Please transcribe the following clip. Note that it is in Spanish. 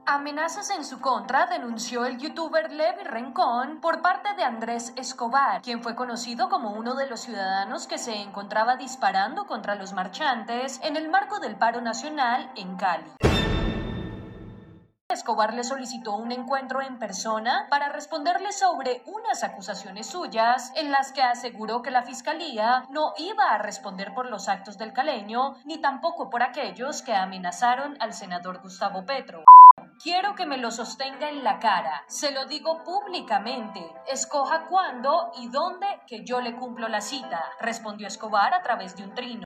Amenazas en su contra denunció el youtuber Levi Rincón por parte de Andrés Escobar, quien fue conocido como uno de los ciudadanos que se encontraba disparando contra los marchantes en el marco del paro nacional en Cali. Escobar le solicitó un encuentro en persona para responderle sobre unas acusaciones suyas en las que aseguró que la fiscalía no iba a responder por los actos del caleño ni tampoco por aquellos que amenazaron al senador Gustavo Petro. Quiero que me lo sostenga en la cara, se lo digo públicamente, escoja cuándo y dónde que yo le cumplo la cita, respondió Escobar a través de un trino.